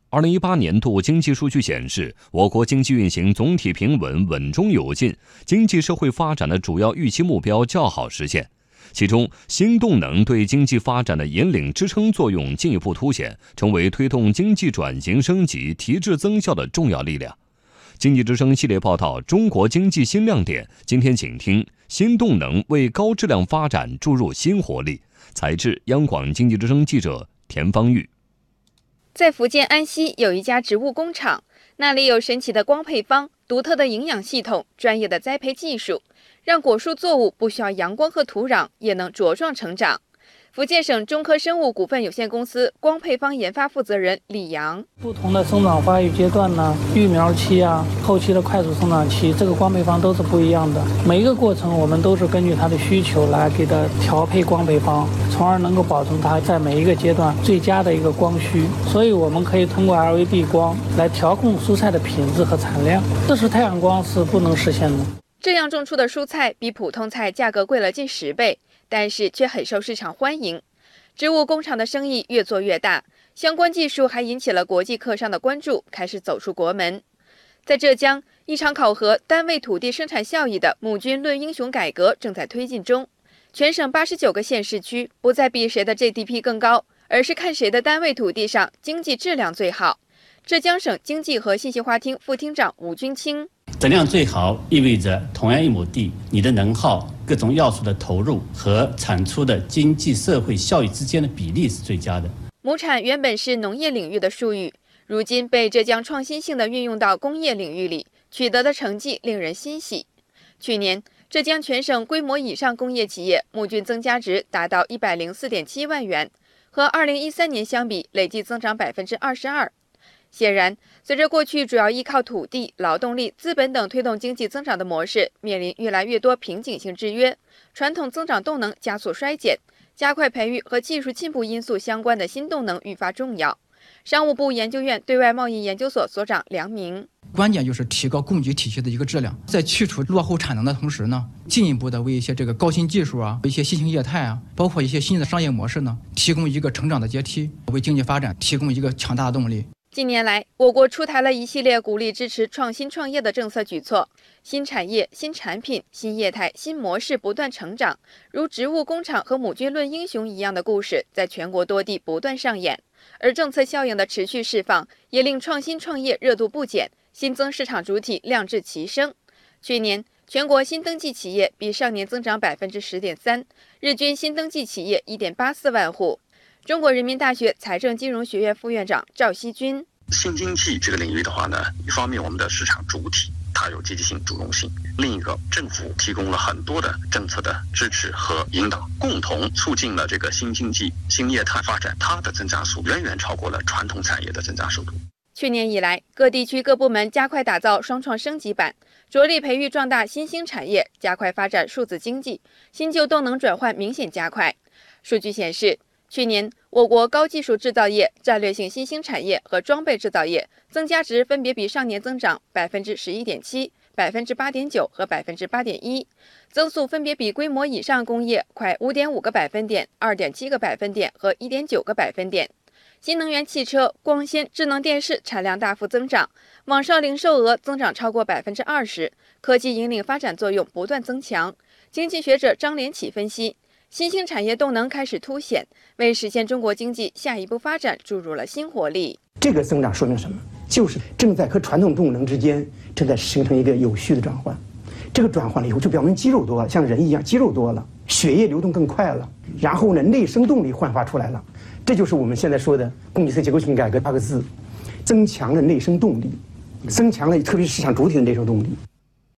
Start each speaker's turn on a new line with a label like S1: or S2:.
S1: 2018年度经济数据显示，我国经济运行总体平稳，稳中有进，经济社会发展的主要预期目标较好实现。其中，新动能对经济发展的引领支撑作用进一步凸显，成为推动经济转型升级、提质增效的重要力量。经济之声系列报道《中国经济新亮点》，今天请听新动能为高质量发展注入新活力。采制央广经济之声记者田方玉。
S2: 在福建安溪有一家植物工厂，那里有神奇的光配方、独特的营养系统、专业的栽培技术，让果树作物不需要阳光和土壤也能茁壮成长。福建省中科生物股份有限公司光配方研发负责人李阳：
S3: 不同的生长发育阶段呢，育苗期啊，后期的快速生长期，这个光配方都是不一样的。每一个过程我们都是根据它的需求来给它调配光配方，从而能够保证它在每一个阶段最佳的一个光需。所以我们可以通过 LED 光来调控蔬菜的品质和产量，这是太阳光是不能实现的。
S2: 这样种出的蔬菜比普通菜价格贵了近10倍，但是却很受市场欢迎。植物工厂的生意越做越大，相关技术还引起了国际客商的关注，开始走出国门。在浙江，一场考核单位土地生产效益的母菌论英雄改革正在推进中。全省89个县市区不再比谁的 GDP 更高，而是看谁的单位土地上经济质量最好。浙江省经济和信息化厅副厅长吴军清：
S4: 质量最好意味着同样1亩地，你的能耗、各种要素的投入和产出的经济社会效益之间的比例是最佳的。
S2: 亩产原本是农业领域的术语，如今被浙江创新性地运用到工业领域里，取得的成绩令人欣喜。去年，浙江全省规模以上工业企业亩均增加值达到104.7万元，和2013年相比，累计增长22%。显然，随着过去主要依靠土地、劳动力、资本等推动经济增长的模式面临越来越多瓶颈性制约，传统增长动能加速衰减，加快培育和技术进步因素相关的新动能愈发重要。商务部研究院对外贸易研究所所长梁明：
S5: 关键就是提高供给体系的一个质量，在去除落后产能的同时呢，进一步的为一些这个高新技术啊、一些新型业态啊，包括一些新的商业模式呢，提供一个成长的阶梯，为经济发展提供一个强大的动力。
S2: 近年来，我国出台了一系列鼓励支持创新创业的政策举措，新产业、新产品、新业态、新模式不断成长，如植物工厂和母菌论英雄一样的故事，在全国多地不断上演。而政策效应的持续释放，也令创新创业热度不减，新增市场主体亮质齐升。去年，全国新登记企业比上年增长10.3%，日均新登记企业1.84万户。中国人民大学财政金融学院副院长赵锡军：
S6: 新经济这个领域的话呢，一方面我们的市场主体它有积极性、主动性，另一个政府提供了很多的政策的支持和引导，共同促进了这个新经济、新业态发展，它的增长速度远远超过了传统产业的增长速度。
S2: 去年以来，各地区各部门加快打造双创升级版，着力培育壮大新兴产业，加快发展数字经济，新旧动能转换明显加快。数据显示，去年，我国高技术制造业、战略性新兴产业和装备制造业增加值分别比上年增长11.7%、8.9%和8.1%，增速分别比规模以上工业快5.5个百分点、2.7个百分点和1.9个百分点。新能源汽车、光纤、智能电视产量大幅增长，网上零售额增长超过20%，科技引领发展作用不断增强。经济学者张连起分析，新兴产业动能开始凸显，为实现中国经济下一步发展注入了新活力。
S7: 这个增长说明什么？就是正在和传统动能之间正在形成一个有序的转换。这个转换了以后，就表明肌肉多了，像人一样，肌肉多了，血液流动更快了，然后呢，内生动力焕发出来了。这就是我们现在说的供给侧结构性改革8个字，增强了内生动力，增强了特别是市场主体的内生动力。